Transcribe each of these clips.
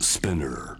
Spinner。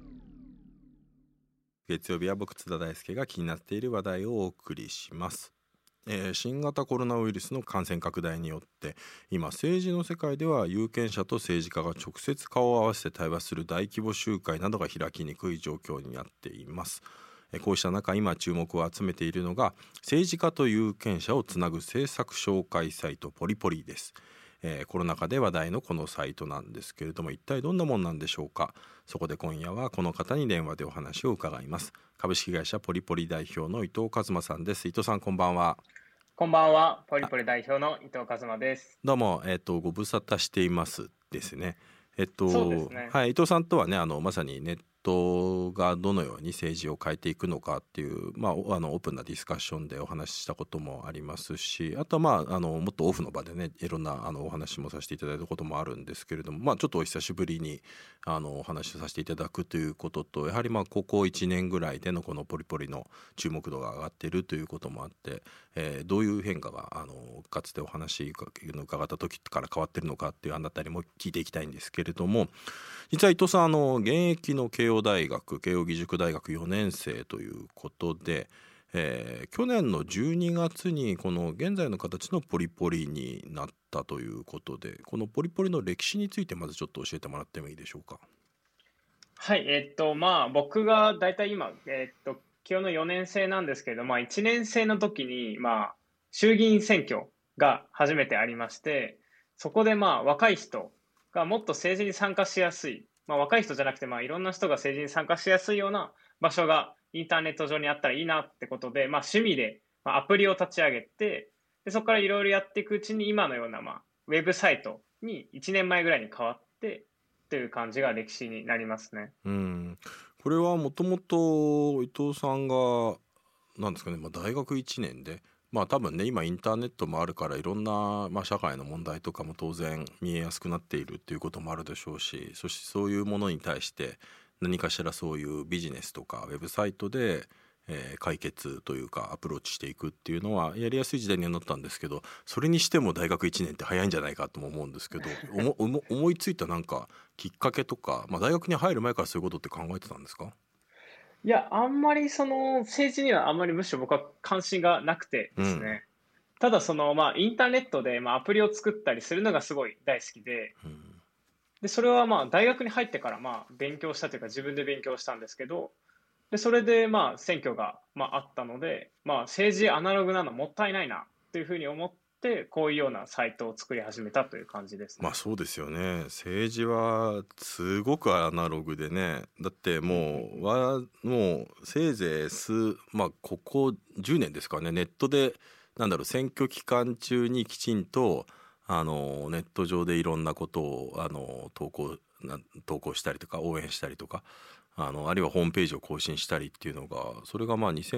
月曜日は僕津田大輔が気になっている話題をお送りします。新型コロナウイルスの感染拡大によって今政治の世界では有権者と政治家が直接顔を合わせて対話する大規模集会などが開きにくい状況になっています。こうした中今注目を集めているのが政治家と有権者をつなぐ政策紹介サイトポリポリです。コロナ禍で話題のこのサイトなんですけれども、一体どんなもんなんでしょうか。そこで今夜はこの方に電話でお話を伺います。株式会社ポリポリ代表の伊藤一馬さんです。伊藤さんこんばんは。 こんばんは。ポリポリ代表の伊藤一馬です。 どうも、ご無沙汰していますですね。 そうですね。 はい、伊藤さんとはねまさにネットがどのように政治を変えていくのかっていう、オープンなディスカッションでお話ししたこともありますし、あとはもっとオフの場でねいろんなお話もさせていただいたこともあるんですけれども、ちょっとお久しぶりにお話をさせていただくということと、やはりここ1年ぐらいでのこのポリポリの注目度が上がっているということもあって、どういう変化がかつてお話を伺った時から変わっているのかっていうあたりも聞いていきたいんですけれども、実は伊藤さん現役の慶応義塾大学4年生ということで、去年の12月にこの現在の形のポリポリになったということで、このポリポリの歴史についてまずちょっと教えてもらってもいいでしょうか。 はい。僕がだいたい今、慶応の4年生なんですけれども、1年生の時に、衆議院選挙が初めてありまして、そこで若い人がもっと政治に参加しやすい、若い人じゃなくていろんな人が政治に参加しやすいような場所がインターネット上にあったらいいなってことで、趣味でアプリを立ち上げて、でそこからいろいろやっていくうちに今のようなウェブサイトに1年前ぐらいに変わってという感じが歴史になりますね。 これはもともと伊藤さんがなんですかね、大学1年で多分ね今インターネットもあるからいろんな、社会の問題とかも当然見えやすくなっているっていうこともあるでしょうし、そしてそういうものに対して何かしらそういうビジネスとかウェブサイトで、解決というかアプローチしていくっていうのはやりやすい時代にはなったんですけど、それにしても大学1年って早いんじゃないかとも思うんですけど思いついたなんかきっかけとか、大学に入る前からそういうことって考えてたんですか？ いや、あんまり政治にはあんまりむしろ僕は関心がなくてですね。ただインターネットでアプリを作ったりするのがすごい大好きで、でそれは大学に入ってから勉強したというか自分で勉強したんですけど、でそれで選挙があったので、政治アナログなのもったいないなというふうに思ってこういうようなサイトを作り始めたという感じですね。 そうですよね。政治はすごくアナログでね、だってもうせいぜいここ10年ですかね、ネットで選挙期間中にきちんとネット上でいろんなことを投稿したりとか応援したりとかあるいはホームページを更新したりっていうのが、それが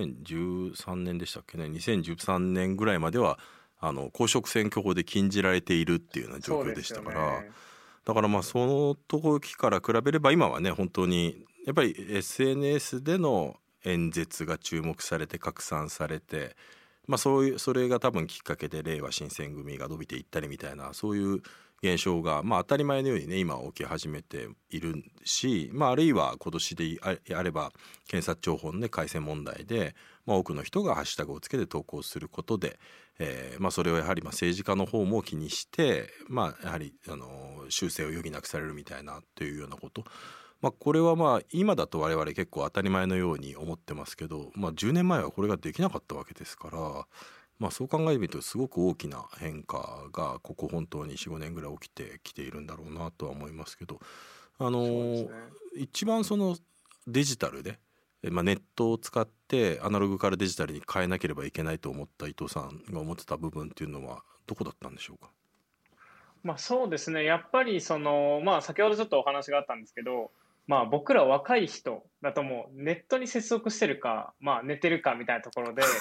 2013年でしたっけね、2013年ぐらいまでは公職選挙法で禁じられているっていうような状況でしたから、だからその時から比べれば今はね本当にやっぱり SNS での演説が注目されて拡散されて、それが多分きっかけでれいわ新選組が伸びていったりみたいな、そういう現象が当たり前のようにね今起き始めているし、あるいは今年であれば検察庁法の、改正問題で、多くの人がハッシュタグをつけて投稿することで、それをやはり政治家の方も気にして、やはり修正を余儀なくされるみたいなというようなこと、これは今だと我々結構当たり前のように思ってますけど、10年前はこれができなかったわけですから、そう考えてみるとすごく大きな変化がここ本当に 4,5 年ぐらい起きてきているんだろうなとは思いますけど、一番デジタルで、ネットを使ってアナログからデジタルに変えなければいけないと思った伊藤さんが思ってた部分っていうのはどこだったんでしょうか？ そうですね。やっぱり先ほどちょっとお話があったんですけど、僕ら若い人だともうネットに接続してるか、寝てるかみたいなところで、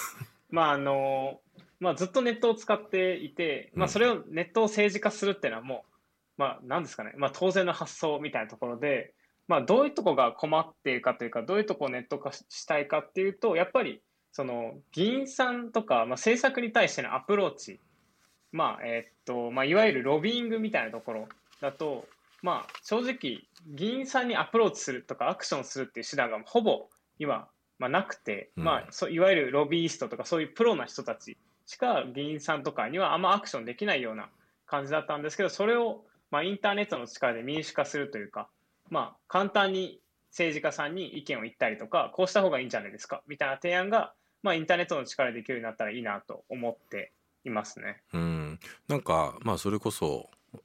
ずっとネットを使っていて、それをネットを政治化するっていうのはもう、なんですかね、当然の発想みたいなところで、どういうとこが困っているかというか、どういうとこをネット化したいかっていうと、やっぱり議員さんとか、政策に対してのアプローチ、いわゆるロビーイングみたいなところだと、 まあ正直議員さんにアプローチするとかアクションするっていう手段がほぼ今、まあ、なくて、まあ、いわゆるロビーストとかそういうプロな人たちしか議員さんとかにはあんまアクションできないような感じだったんですけど、それをまあインターネットの力で民主化するというか、まあ、簡単に政治家さんに意見を言ったりとか、こうした方がいいんじゃないですかみたいな提案が、まあ、インターネットの力でできるようになったらいいなと思っていますね。 なんかまあそれこそ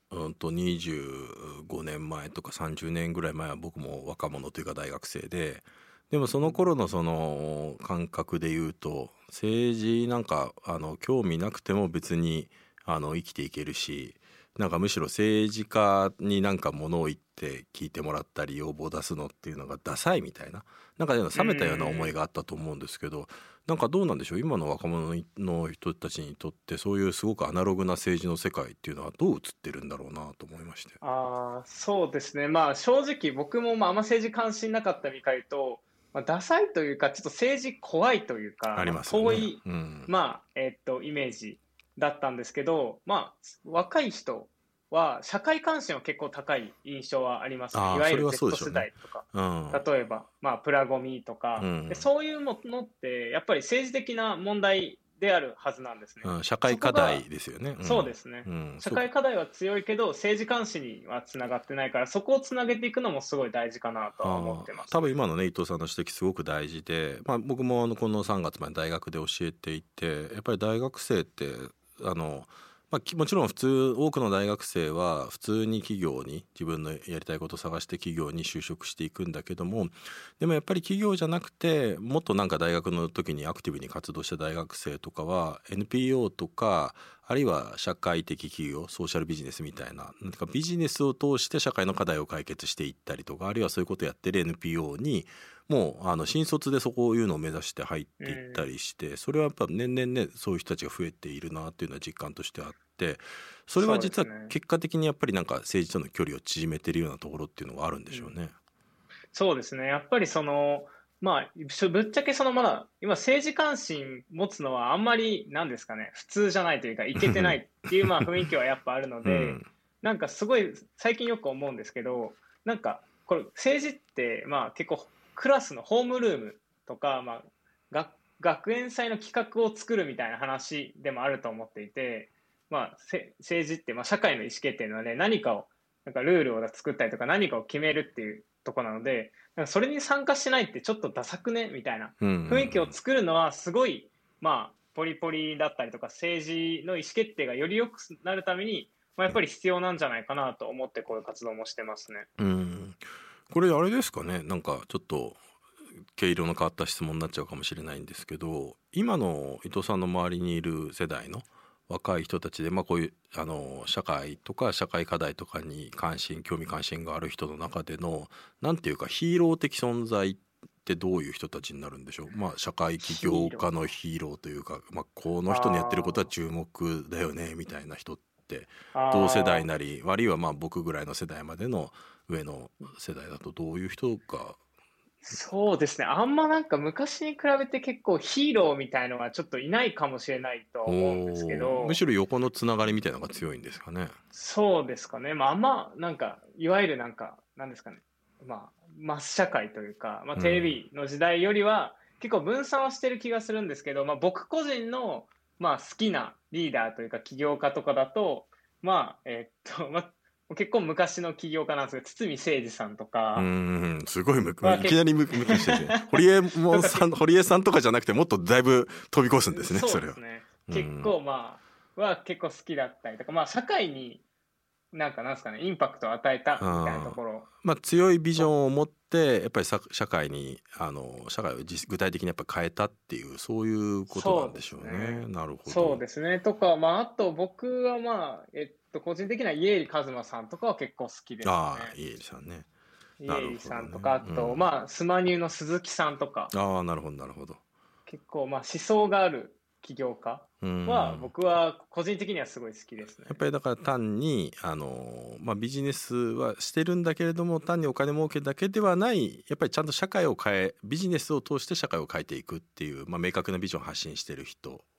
25年前とか30年ぐらい前は僕も若者というか大学生で、でもその頃のその感覚で言うと政治なんか興味なくても別に生きていけるし、なんかむしろ政治家になんか物を言って聞いてもらったり要望を出すのっていうのがダサいみたいな、なんか冷めたような思いがあったと思うんですけど、なんかどうなんでしょう、今の若者の人たちにとってそういうすごくアナログな政治の世界っていうのはどう映ってるんだろうなと思いまして。 そうですね、まあ正直僕もまああんま政治関心なかった身から言うと、まあ、ダサいというかちょっと政治怖いというか、 ありますよね。 遠い、まあイメージだったんですけど、まあ若い人は社会関心は結構高い印象はありますね。いわゆる Z 世代とか、例えば、まあ、プラゴミとか、でそういうものってやっぱり政治的な問題であるはずなんですね。 社会課題ですよね。 そうですね、社会課題は強いけど政治監視にはつながってないから、そこをつなげていくのもすごい大事かなとは思ってます。 多分今のね伊藤さんの指摘すごく大事で、まあ、僕もこの3月まで大学で教えていて、やっぱり大学生ってまあ、もちろん多くの大学生は普通に企業に自分のやりたいことを探して企業に就職していくんだけども、でもやっぱり企業じゃなくてもっとなんか大学の時にアクティブに活動した大学生とかは NPO とかあるいは社会的企業ソーシャルビジネスみたいな、なんかビジネスを通して社会の課題を解決していったりとか、あるいはそういうことをやってる NPO にもう新卒でそういうのを目指して入っていったりして、それはやっぱ年々ねそういう人たちが増えているなっていうのは実感としてあって、それは実は結果的にやっぱりなんか政治との距離を縮めてるようなところっていうのがあるんでしょうね。 そうですね、やっぱりまあ、ぶっちゃけまだ今政治関心持つのはあんまりなんですかね、普通じゃないというかいけてないっていうまあ雰囲気はやっぱあるので、なんかすごい最近よく思うんですけど、なんかこれ政治ってまあ結構クラスのホームルームとか、まあ、学園祭の企画を作るみたいな話でもあると思っていて、まあ、政治ってまあ社会の意思決定なので、何かをなんかルールを作ったりとか何かを決めるっていうとこなので、なんかそれに参加しないってちょっとダサくねみたいな雰囲気を作るのはすごい、まあポリポリだったりとか政治の意思決定がより良くなるために、まあ、やっぱり必要なんじゃないかなと思ってこういう活動もしてますね。 これあれですかね、なんかちょっと毛色の変わった質問になっちゃうかもしれないんですけど、今の伊藤さんの周りにいる世代の若い人たちで、まあ、こういう社会とか社会課題とかに興味関心がある人の中でのなんていうかヒーロー的存在ってどういう人たちになるんでしょう。まあ、社会起業家のヒーローというか、まあ、この人のやってることは注目だよねみたいな人って同世代なり、あるいはまあ僕ぐらいの世代までの上の世代だとどういう人が。 そうですね、あんまなんか昔に比べて結構ヒーローみたいのはちょっといないかもしれないと思うんですけど、 むしろ横のつながりみたいなのが強いんですかね。 そうですかね、まあ、あんまなんかいわゆるなんかなんですかね、まあ、マス社会というか、まあ、テレビの時代よりは結構分散はしてる気がするんですけど、まあ、僕個人のまあ好きなリーダーというか起業家とかだと、まあまあ結構昔の起業家なんですけど、堤誠二さんとか、 すごいいきなり無くしてて堀江さんとかじゃなくてもっとだいぶ飛び越すんですね。 そうですね、結構まあは結構好きだったりとか、まあ社会になんですかね、インパクトを与えたみたいなところ、 まあ、強いビジョンを持ってやっぱり社会を具体的にやっぱ変えたっていうそういうことなんでしょうね。なるほど。 そうですね。とか、まあ、あと僕はまあ、個人的には家入一馬さんとかは結構好きですね。 家入さんね。 家入さんとか、あと、まあ、スマニューの鈴木さんとか。 なるほどなるほど。 結構まあ思想がある起業家は僕は個人的にはすごい好きですね。 やっぱりだから単にまあ、ビジネスはしてるんだけれども単にお金儲けだけではない、やっぱりちゃんと社会をビジネスを通して社会を変えていくっていう、まあ、明確なビジョンを発信してる人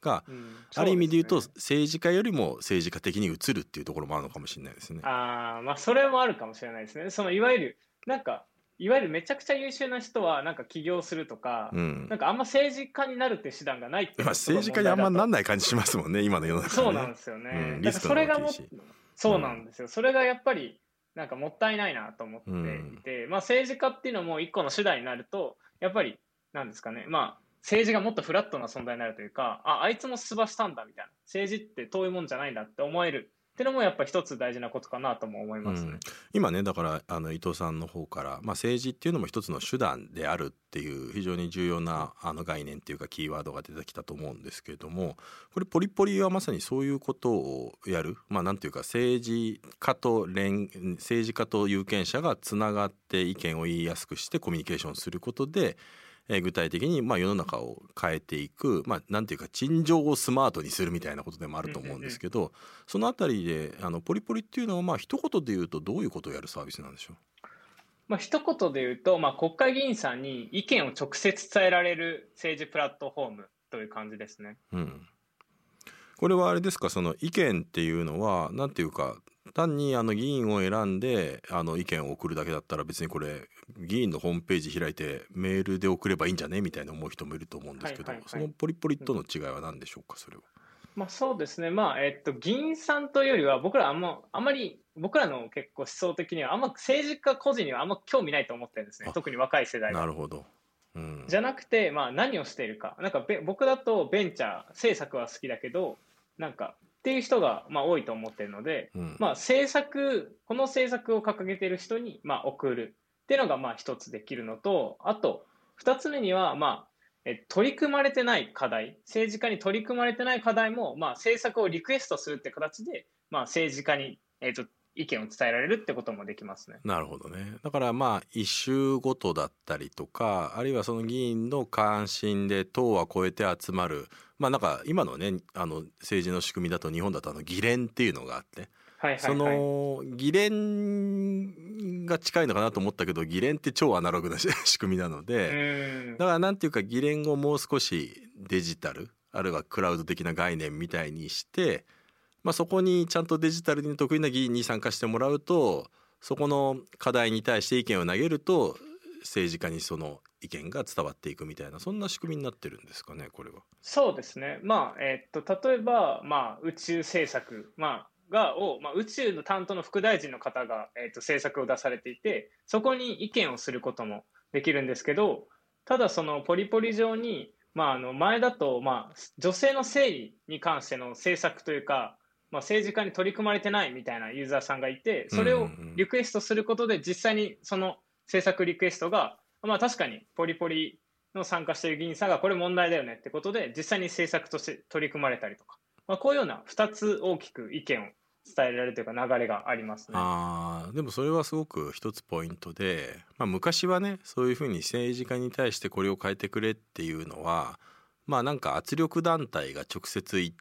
が、ある意味で言うと政治家よりも政治家的に映るっていうところもあるのかもしれないですね。 それもあるかもしれないですね。いわゆるめちゃくちゃ優秀な人はなんか起業するとか、なんかあんま政治家になるって手段がないっていうのが政治家にあんまなんない感じしますもんね、今の世の中ね。 そうなんですよね。だからそれがそうなんですよ。それがやっぱりなんかもったいないなと思っていて、政治家っていうのも一個の手段になると、やっぱりなんですかね、政治がもっとフラットな存在になるというか、あいつも出馬したんだみたいな、政治って遠いもんじゃないんだって思えるっていうのもやっぱ一つ大事なことかなとも思いますね。 今ね、だから伊藤さんの方から、政治っていうのも一つの手段であるっていう非常に重要な概念っていうかキーワードが出てきたと思うんですけれども、これポリポリはまさにそういうことをやる、なんていうか政治家と有権者がつながって意見を言いやすくしてコミュニケーションすることで、具体的に世の中を変えていく、なんていうか陳情をスマートにするみたいなことでもあると思うんですけど、そのあたりでポリポリっていうのは一言で言うとどういうことをやるサービスなんでしょう？ 一言で言うと、国会議員さんに意見を直接伝えられる政治プラットフォームという感じですね。 これはあれですか、その意見っていうのはなんていうか、単に議員を選んで意見を送るだけだったら別にこれ議員のホームページ開いてメールで送ればいいんじゃねみたいな思う人もいると思うんですけど、そのポリポリとの違いは何でしょうか、それは。 そうですね、議員さんというよりは僕らあんまり僕らの結構思想的には政治家個人にはあんま興味ないと思ってるんですね、特に若い世代は。 なるほど。 じゃなくて、何をしているか、なんか僕だとベンチャー政策は好きだけどなんかっていう人が多いと思ってるので、この政策を掲げている人に送るっていうのが一つできるのと、あと二つ目には取り組まれてない課題、政治家に取り組まれてない課題も政策をリクエストするって形で政治家に意見を伝えられるってこともできますね。 なるほどね。だから一周ごとだったりとか、あるいはその議員の関心で党は超えて集まる、なんか今のね政治の仕組みだと日本だと議連っていうのがあって、その議連が近いのかなと思ったけど、議連って超アナログな仕組みなので、だからなんていうか議連をもう少しデジタルあるいはクラウド的な概念みたいにして、そこにちゃんとデジタルに得意な議員に参加してもらうと、そこの課題に対して意見を投げると政治家にその意見が伝わっていくみたいな、そんな仕組みになってるんですかね、これは。 そうですね。例えば、宇宙政策、宇宙の担当の副大臣の方が、政策を出されていて、そこに意見をすることもできるんですけど、ただそのポリポリ上に、前だと、女性の生理に関しての政策というか、政治家に取り組まれてないみたいなユーザーさんがいて、それをリクエストすることで実際にその政策リクエストが、確かにポリポリの参加している議員さんがこれ問題だよねってことで実際に政策として取り組まれたりとか、こういうような2つ大きく意見を伝えられるというか流れがありますね。 でもそれはすごく一つポイントで、昔はねそういうふうに政治家に対してこれを変えてくれっていうのはなんか圧力団体が直接行って、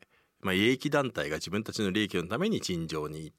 利益団体が自分たちの利益のために陳情に行って、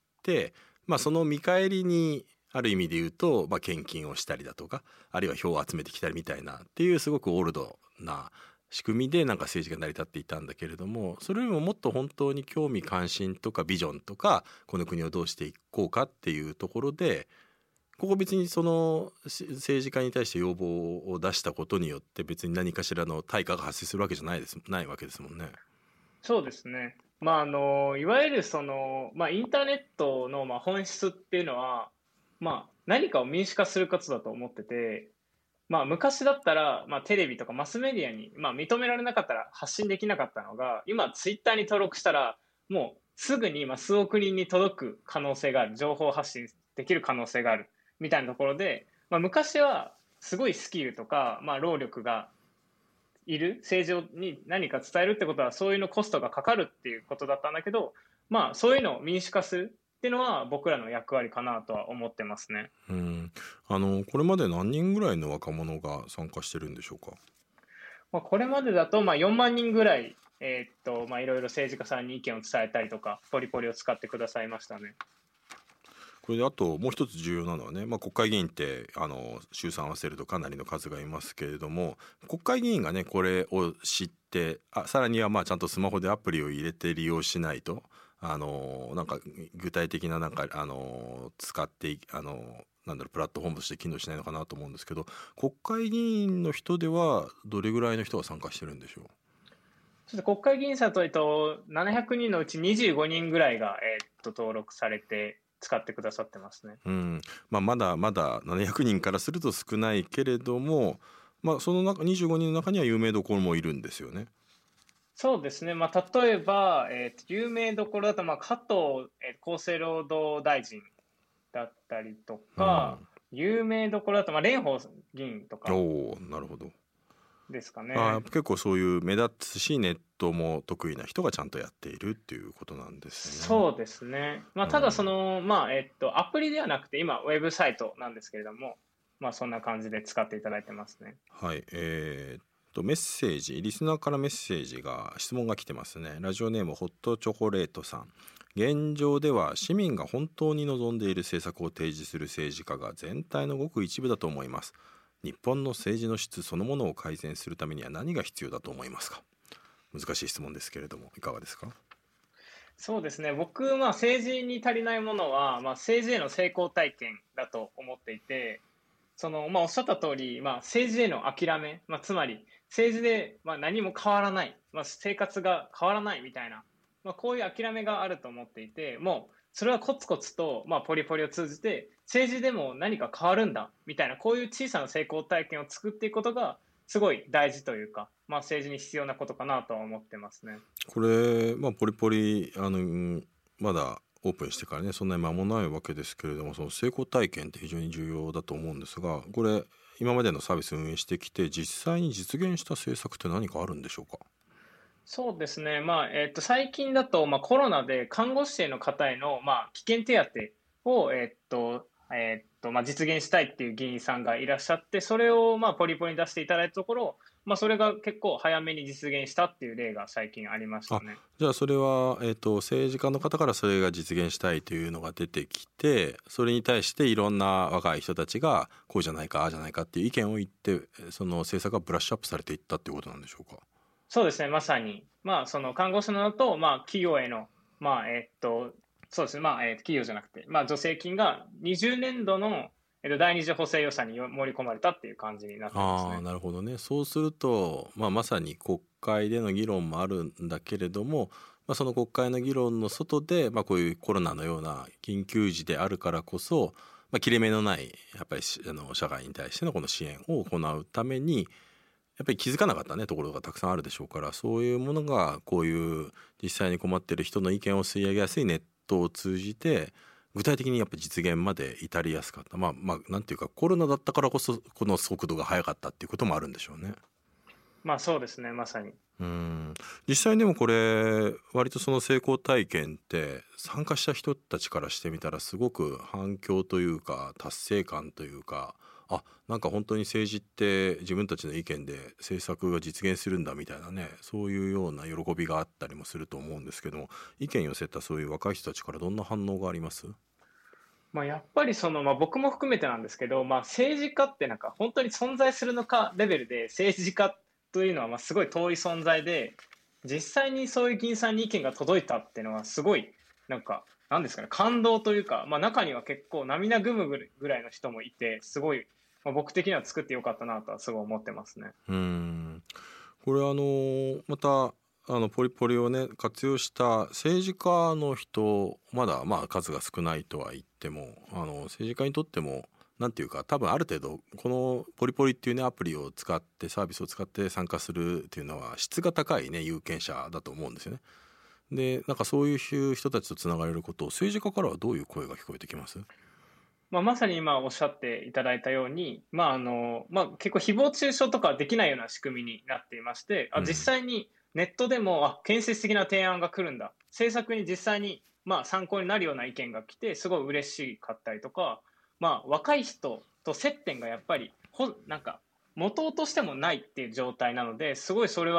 その見返りにある意味で言うと、献金をしたりだとか、あるいは票を集めてきたりみたいなっていうすごくオールドな仕組みでなんか政治が成り立っていたんだけれども、それよりももっと本当に興味関心とかビジョンとか、この国をどうしていこうかっていうところで、ここ別にその政治家に対して要望を出したことによって別に何かしらの対価が発生するわけじゃないわけですもんね。 そうですね。いわゆるその、インターネットの本質っていうのは、何かを民主化することだと思ってて、昔だったら、テレビとかマスメディアに、認められなかったら発信できなかったのが、今ツイッターに登録したらもうすぐに数億人に届く可能性がある、情報発信できる可能性があるみたいなところで、昔はすごいスキルとか、労力がいる政治に何か伝えるってことはそういうのコストがかかるっていうことだったんだけど、そういうのを民主化するっていうのは僕らの役割かなとは思ってますね。 これまで何人ぐらいの若者が参加してるんでしょうか？ これまでだと4万人ぐらい、いろいろ政治家さんに意見を伝えたりとかポリポリを使ってくださいましたね。 これであともう一つ重要なのはね、国会議員って衆参合わせるとかなりの数がいますけれども、国会議員がねこれを知ってさらにはちゃんとスマホでアプリを入れて利用しないとなんか具体的な使ってプラットフォームとして機能しないのかなと思うんですけど、国会議員の人ではどれぐらいの人が参加してるんでしょう？ ちょっと国会議員さんと700人のうち25人ぐらいが、登録されて使ってくださってますね。 まだまだ700人からすると少ないけれども、その中25人の中には有名どころもいるんですよね。 そうですね、例えば、有名どころだと、加藤、厚生労働大臣だったりとか、有名どころだと、蓮舫議員とかなるほどですかね。 結構そういう目立つしネットも得意な人がちゃんとやっているっていうことなんですね。 そうですね、ただアプリではなくて今ウェブサイトなんですけれども、そんな感じで使っていただいてますね。 はい、メッセージリスナーからメッセージが質問が来てますね。ラジオネームホットチョコレートさん。現状では市民が本当に望んでいる政策を提示する政治家が全体のごく一部だと思います。日本の政治の質そのものを改善するためには何が必要だと思いますか？難しい質問ですけれどもいかがですか？ そうですね、僕、政治に足りないものは、政治への成功体験だと思っていて、おっしゃった通り、政治への諦め、つまり政治で何も変わらない、生活が変わらないみたいな、こういう諦めがあると思っていて、もうそれはコツコツと、ポリポリを通じて政治でも何か変わるんだみたいな、こういう小さな成功体験を作っていくことがすごい大事というか、政治に必要なことかなとは思ってますね。 これ、ポリポリまだオープンしてからねそんなに間もないわけですけれども、その成功体験って非常に重要だと思うんですが、これ今までのサービス運営してきて実際に実現した政策って何かあるんでしょうか？ そうですね、最近だと、コロナで看護師への方への、危険手当を、実現したいっていう議員さんがいらっしゃって、それを、ポリポリに出していただいたところ、それが結構早めに実現したっていう例が最近ありましたね。 じゃあそれは、政治家の方からそれが実現したいというのが出てきて、それに対していろんな若い人たちがこうじゃないかああじゃないかっていう意見を言って、その政策がブラッシュアップされていったっていうことなんでしょうか？ そうですね、まさに、その看護師のだと、企業への、そうですね、企業じゃなくて、助成金が20年度の、第二次補正予算に盛り込まれたっていう感じになってますね。 なるほどね。そうすると、まさに国会での議論もあるんだけれども、その国会の議論の外で、こういうコロナのような緊急時であるからこそ、切れ目のないやっぱり社会に対してのこの支援を行うためにやっぱり気づかなかったねところがたくさんあるでしょうから、そういうものがこういう実際に困っている人の意見を吸い上げやすいネットを通じて具体的にやっぱ実現まで至りやすかった。なんていうかコロナだったからこそこの速度が速かったっていうこともあるんでしょうね。 そうですね、まさに。 実際でもこれ割とその成功体験って参加した人たちからしてみたらすごく反響というか達成感というか、なんか本当に政治って自分たちの意見で政策が実現するんだみたいなね、そういうような喜びがあったりもすると思うんですけども、意見寄せたそういう若い人たちからどんな反応があります？ やっぱり僕も含めてなんですけど、政治家ってなんか本当に存在するのかレベルで政治家というのはすごい遠い存在で、実際にそういう議員さんに意見が届いたっていうのはすごいなんですかね、感動というか、中には結構涙ぐむぐらいの人もいて、すごい、僕的には作ってよかったなとはすごい思ってますね。 これまたポリポリをね活用した政治家の人まだ数が少ないとは言っても政治家にとってもなんていうか多分ある程度このポリポリっていうねアプリを使ってサービスを使って参加するっていうのは質が高いね有権者だと思うんですよね。でなんかそういう人たちとつながれることを政治家からはどういう声が聞こえてきます？ まさに今おっしゃっていただいたように、結構誹謗中傷とかできないような仕組みになっていまして、実際にネットでも建設的な提案が来るんだ、政策に実際に参考になるような意見が来てすごい嬉しかったりとか、若い人と接点がやっぱりなんか持とうとしてもないっていう状態なので、すごいそれは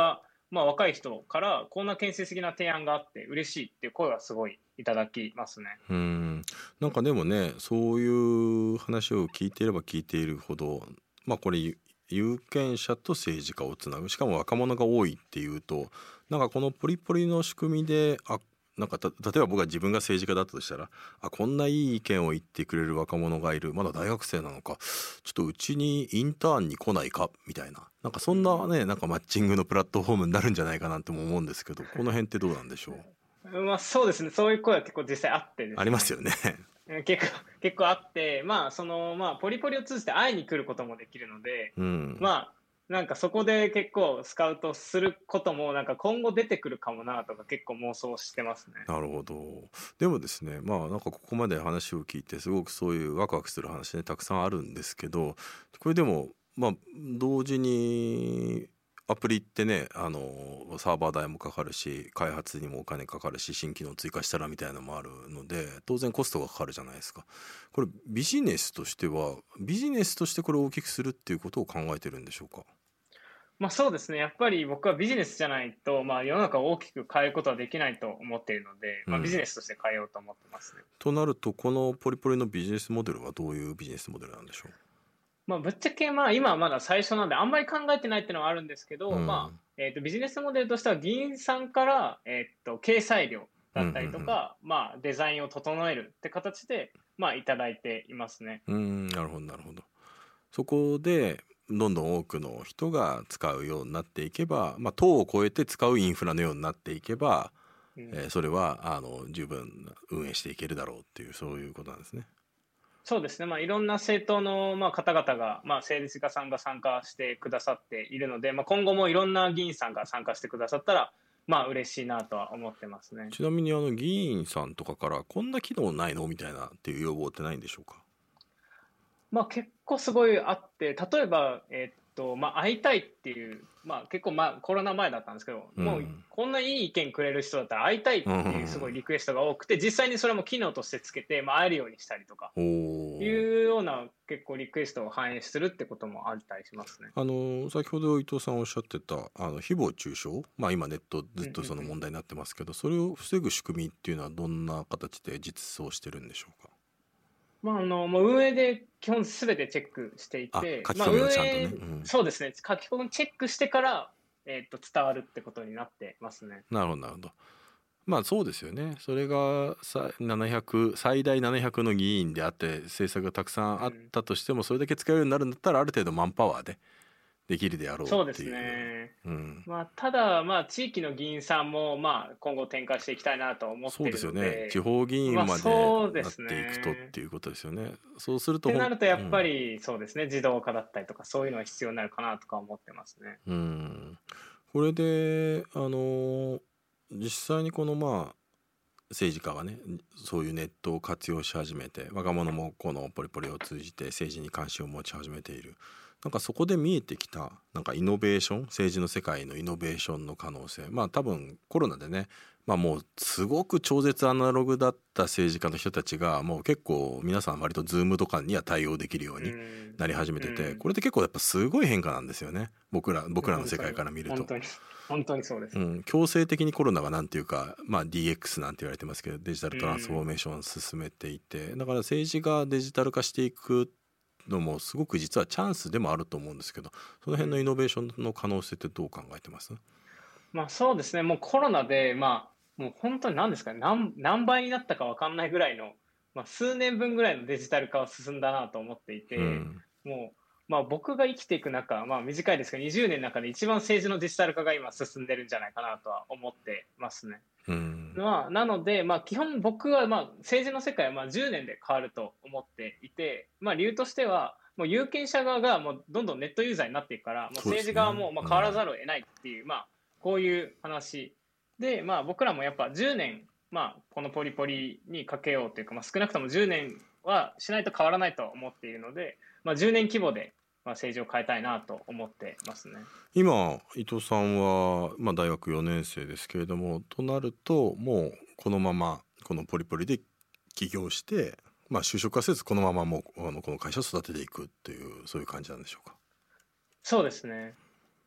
まあ、若い人からこんな建設的な提案があって嬉しいっていう声はすごいいただきますね。 なんかでもね、そういう話を聞いていれば聞いているほど、まあこれ有権者と政治家をつなぐ、しかも若者が多いっていうと、なんかこのポリポリの仕組みで、なんか例えば僕は自分が政治家だったとしたら、こんないい意見を言ってくれる若者がいる、まだ大学生なのか、ちょっとうちにインターンに来ないかみたいな、なんかそんなね、なんかマッチングのプラットフォームになるんじゃないかなとも思うんですけど、この辺ってどうなんでしょう。 まあ、そうですね。そういう声は結構実際あってですね。 ありますよね。 結構あって、まあ、まあ、ポリポリを通じて会いに来ることもできるので、まあ、なんかそこで結構スカウトすることもなんか今後出てくるかもなとか結構妄想してますね。 なるほど。でもですね、まあなんかここまで話を聞いてすごくそういうワクワクする話ねたくさんあるんですけど、これでもまあ同時にアプリってね、サーバー代もかかるし、開発にもお金かかるし、新機能追加したらみたいなのもあるので、当然コストがかかるじゃないですか。これビジネスとしてこれを大きくするっていうことを考えてるんでしょうか。 まあそうですね。やっぱり僕はビジネスじゃないと、まあ世の中を大きく変えることはできないと思っているので、まあビジネスとして変えようと思ってますね。 となると、このポリポリのビジネスモデルはどういうビジネスモデルなんでしょう。 まあぶっちゃけまあ今はまだ最初なんであんまり考えてないっていうのはあるんですけど、まあ、ビジネスモデルとしては議員さんから、掲載料だったりとか、まあデザインを整えるって形で、まあいただいていますね。 なるほどなるほど。そこでどんどん多くの人が使うようになっていけば、まあ、党を超えて使うインフラのようになっていけば、それは十分運営していけるだろうっていう、そういうことなんですね。 そうですね、まあ、いろんな政党の、まあ、方々が、まあ、政治家さんが参加してくださっているので、まあ、今後もいろんな議員さんが参加してくださったら、まあ嬉しいなとは思ってますね。 ちなみに議員さんとかからこんな機能ないのみたいなっていう要望ってないんでしょうか。 まあ結構すごいあって、例えば、まあ会いたいっていう、まあ結構コロナ前だったんですけど、もうこんないい意見くれる人だったら会いたいっていうすごいリクエストが多くて、実際にそれも機能としてつけて、まあ会えるようにしたりとか、いうような結構リクエストを反映するってこともあったりしますね。 先ほど伊藤さんおっしゃってた誹謗中傷、まあ今ネットずっとその問題になってますけど、それを防ぐ仕組みっていうのはどんな形で実装してるんでしょうか。 まあ、もう運営で基本すべてチェックしていて、 書き込みをちゃんとね、 そうですね、書き込みチェックしてから、伝わるってことになってますね。 なるほどなるほど。まあそうですよね。それが最大700の議員であって政策がたくさんあったとしても、それだけ使えるようになるんだったらある程度マンパワーでできるであろうっていう。 そうですね。まあ、ただ、まあ、地域の議員さんも、まあ、今後展開していきたいなと思っているので。 そうですよね。地方議員までなっていくとっていうことですよね。そうすると。 ってなると、やっぱり、そうですね、自動化だったりとか、そういうのは必要になるかなとか思ってますね。 これで、実際にこの政治家がね、そういうネットを活用し始めて、若者もこのポリポリを通じて政治に関心を持ち始めている。なんかそこで見えてきたなんかイノベーション、政治の世界のイノベーションの可能性、まあ多分コロナでね、もうすごく超絶アナログだった政治家の人たちがもう結構皆さん割とズームとかには対応できるようになり始めてて、これって結構やっぱすごい変化なんですよね。僕らの世界から見ると本当にそうです、 強制的にコロナがなんていうか、DX なんて言われてますけど、デジタルトランスフォーメーションを進めていて、だから政治がデジタル化していくのもすごく実はチャンスでもあると思うんですけど、その辺のイノベーションの可能性ってどう考えてます？ そうですね、もうコロナで、もう本当に何ですかね、何倍になったか分かんないぐらいの、数年分ぐらいのデジタル化は進んだなと思っていて、もう、僕が生きていく中、短いですが20年の中で一番政治のデジタル化が今進んでるんじゃないかなとは思ってますね。なので、基本僕は政治の世界は10年で変わると思っていて、理由としてはもう有権者側がもうどんどんネットユーザーになっていくから、もう政治側も変わらざるを得ないっていう、こういう話で、僕らもやっぱ10年、このポリポリにかけようというか、少なくとも10年はしないと変わらないと思っているので、10年規模で政治を変えたいなと思ってますね。 今伊藤さんは、大学4年生ですけれども、となるともうこのままこのポリポリで起業して、就職はせずこのままもうこの会社を育てていくっていう、そういう感じなんでしょうか。 そうですね。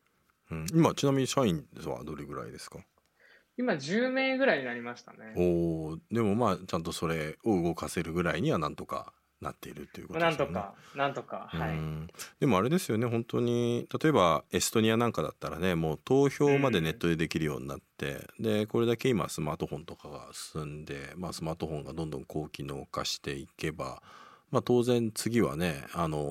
今ちなみに社員はどれぐらいですか？ 今10名ぐらいになりましたね。 でもまあちゃんとそれを動かせるぐらいにはなんとかなっているということですよね。 なんとか、はい。 でもあれですよね、本当に例えばエストニアなんかだったらね、もう投票までネットでできるようになって、でこれだけ今スマートフォンとかが進んで、スマートフォンがどんどん高機能化していけば、当然次はね、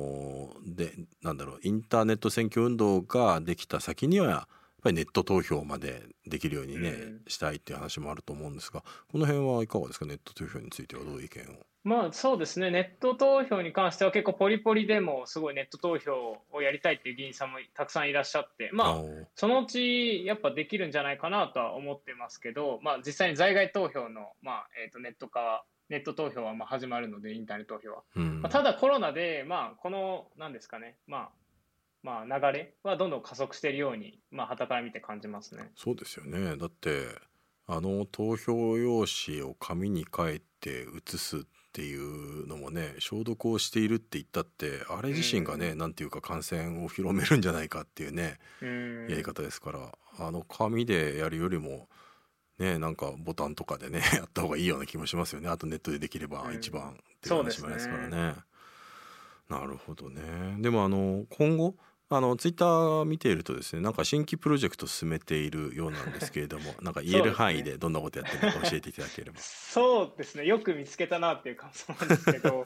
インターネット選挙運動ができた先にはやっぱりネット投票までできるようにね、したいっていう話もあると思うんですが、この辺はいかがですか？ネット投票についてはどういう意見を？ そうですね、ネット投票に関しては結構ポリポリでもすごいネット投票をやりたいっていう議員さんもたくさんいらっしゃって、そのうちやっぱできるんじゃないかなとは思ってますけど、実際に在外投票の、ネット投票は始まるので、インターネット投票は。ただコロナで、この、なんですかね、流れはどんどん加速しているように、傍から見て感じますね。 そうですよね。だって投票用紙を紙に書いて写すっていうのもね、消毒をしているって言ったってあれ自身がね、なんていうか感染を広めるんじゃないかっていうね、やり方ですから、紙でやるよりもね、なんかボタンとかでねやった方がいいような気もしますよね。あとネットでできれば一番っていう話もありますからね。なるほどね。でも今後ツイッター見ているとですね、なんか新規プロジェクト進めているようなんですけれどもなんか言える範囲でどんなことやってるのか教えていただければ。 そうですね、よく見つけたなっていう感想なんですけど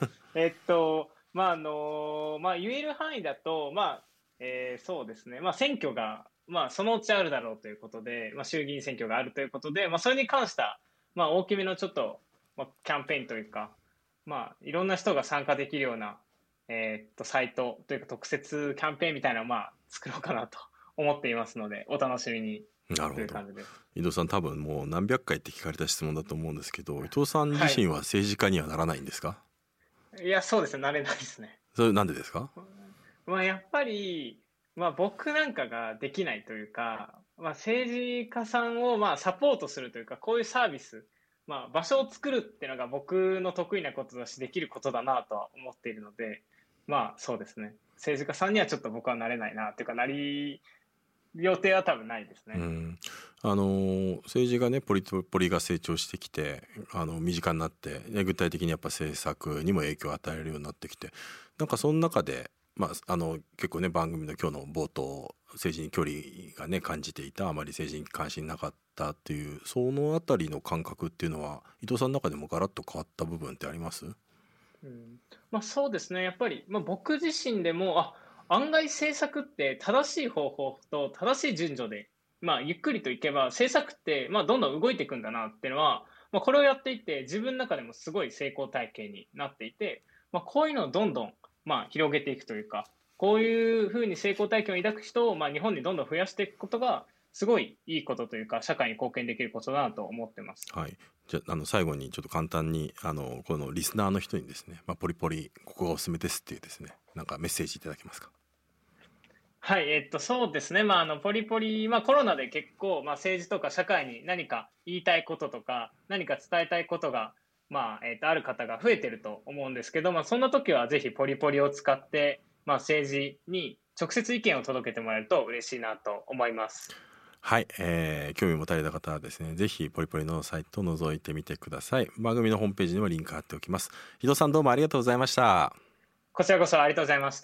言える範囲だと、そうですね、選挙が、そのうちあるだろうということで、衆議院選挙があるということで、それに関した、大きめのちょっと、キャンペーンというか、いろんな人が参加できるようなサイトというか特設キャンペーンみたいなのを作ろうかなと思っていますので、お楽しみにという感じです。 伊藤さん、多分もう何百回って聞かれた質問だと思うんですけど、伊藤さん自身は政治家にはならないんですか？ いや、そうですね、なれないですね。 それなんでですか？ やっぱり、僕なんかができないというか、政治家さんをサポートするというか、こういうサービス、場所を作るっていうのが僕の得意なことだし、できることだなとは思っているので、そうですね。政治家さんにはちょっと僕はなれないなっていうか、なり予定は多分ないですね。 政治がね、ポリが成長してきて身近になって、具体的にやっぱ政策にも影響を与えるようになってきて、なんかその中で、結構ね、番組の今日の冒頭、政治に距離がね感じていた、あまり政治に関心なかったっていう、そのあたりの感覚っていうのは伊藤さんの中でもガラッと変わった部分ってあります？ そうですね、やっぱり、僕自身でも案外政策って正しい方法と正しい順序で、ゆっくりといけば政策って、どんどん動いていくんだなっていうのは、これをやっていて自分の中でもすごい成功体験になっていて、こういうのをどんどん、広げていくというか、こういうふうに成功体験を抱く人を、日本にどんどん増やしていくことがすごいいいことというか、社会に貢献できることだなと思ってます。 はい、じゃあ最後にちょっと簡単にこのリスナーの人にですね、ポリポリここがおすすめですっていうですね、なんかメッセージいただけますか？ はい、そうですね、ポリポリ、コロナで結構、政治とか社会に何か言いたいこととか、何か伝えたいことが、ある方が増えてると思うんですけど、そんな時はぜひポリポリを使って、政治に直接意見を届けてもらえると嬉しいなと思います。 はい、興味を持たれた方はですね、ぜひポリポリのサイトを覗いてみてください。番組のホームページにもリンク貼っておきます。伊藤さん、どうもありがとうございました。 こちらこそありがとうございました。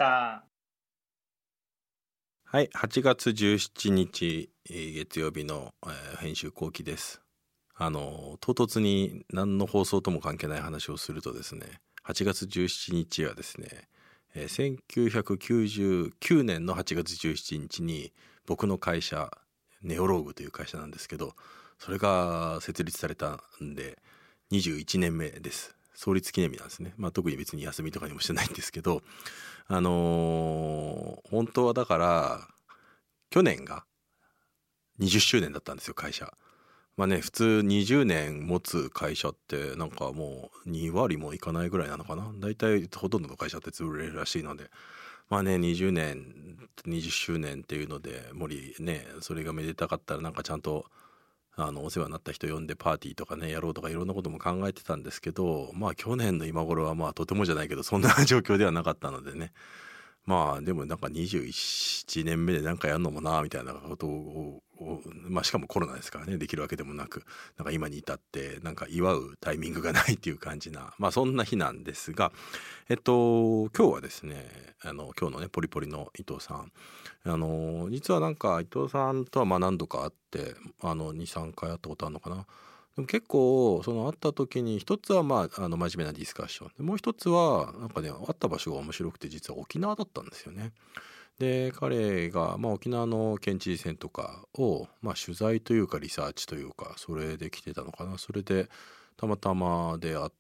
はい、8月17日月曜日の、編集後期です。唐突に何の放送とも関係ない話をするとですね、8月17日はですね、1999年の8月17日に僕の会社ネオローグという会社なんですけど、それが設立されたんで21年目です。創立記念日なんですね。特に別に休みとかにもしてないんですけど、本当はだから去年が20周年だったんですよ、会社。普通20年持つ会社ってなんかもう2割もいかないぐらいなのかな。だいたいほとんどの会社って潰れるらしいので、20年20周年っていうのでそれがめでたかったらなんかちゃんとお世話になった人呼んでパーティーとかねやろうとかいろんなことも考えてたんですけど、去年の今頃はとてもじゃないけどそんな状況ではなかったのでね、 まあでもなんか21年目でなんかやるのもなみたいなことをまあしかもコロナですからね、できるわけでもなく、なんか今に至ってなんか祝うタイミングがないっていう感じな、まあそんな日なんですが、今日はですね、今日のねポリポリの伊藤さん、実はなんか伊藤さんとはまあ何度か会って2、3回会ったことあるのかな。でも結構その会った時に一つはまあ真面目なディスカッションで、もう一つはなんかね、会った場所が面白くて、実は沖縄だったんですよね。で彼が、まあ、沖縄の県知事選とかを、まあ、取材というかリサーチというか、それで来てたのかな。それでたまたまで会って、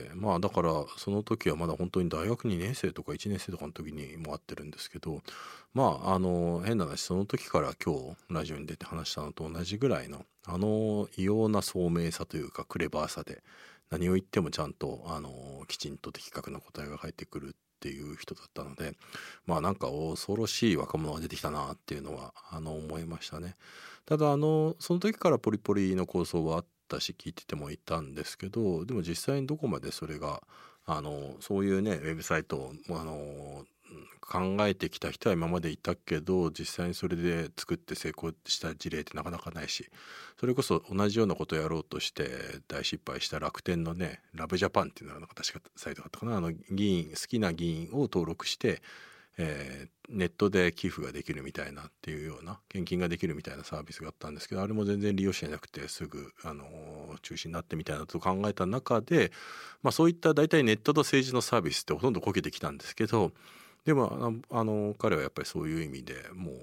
まあだからその時はまだ本当に大学2年生とか1年生とかの時にも会ってるんですけど、まあ変な話、その時から今日ラジオに出て話したのと同じぐらいの異様な聡明さというかクレバーさで、何を言ってもちゃんときちんと的確な答えが返ってくるっていう人だったので、まあなんか恐ろしい若者が出てきたなっていうのは思いましたね。ただその時からポリポリの構想はあったし、聞いててもいたんですけど、でも実際にどこまでそれがそういうねウェブサイトを考えてきた人は今までいたけど、実際にそれで作って成功した事例ってなかなかないし、それこそ同じようなことをやろうとして大失敗した楽天のねラブジャパンっていうのが確かサイトだったかな、好きな議員を登録して、ネットで寄付ができるみたいなっていうような、献金ができるみたいなサービスがあったんですけど、あれも全然利用してなくてすぐ中止になってみたいなと考えた中で、まあそういった大体ネットと政治のサービスってほとんどこけてきたんですけど、でも彼はやっぱりそういう意味でもう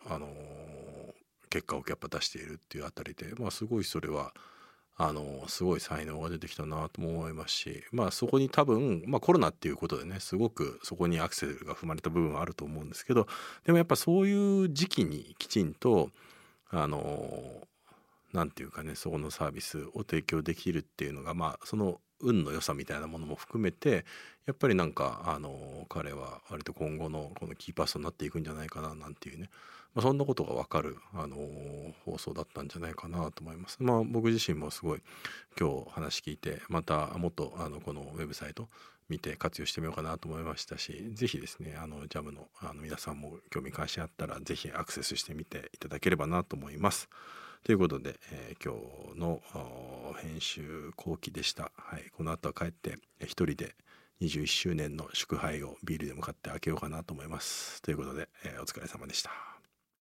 結果をやっぱ出しているっていうあたりで、まあすごいそれはすごい才能が出てきたなとも思いますし、まあそこに多分、まあ、コロナっていうことでね、すごくそこにアクセルが踏まれた部分はあると思うんですけど、でもやっぱそういう時期にきちんとなんていうかね、そこのサービスを提供できるっていうのが、まあその運の良さみたいなものも含めて、やっぱりなんか彼は割と今後のこのキーパーソンになっていくんじゃないかななんていうね、まあ、そんなことが分かる放送だったんじゃないかなと思います。まあ僕自身もすごい今日話聞いて、またもっとこのウェブサイト見て活用してみようかなと思いましたし、ぜひですねジャムの皆さんも興味関心あったらぜひアクセスしてみていただければなと思います。ということで、今日の編集後期でした。はい、この後は帰って一人で21周年の祝杯をビールでも買って開けようかなと思います。ということで、お疲れ様でした。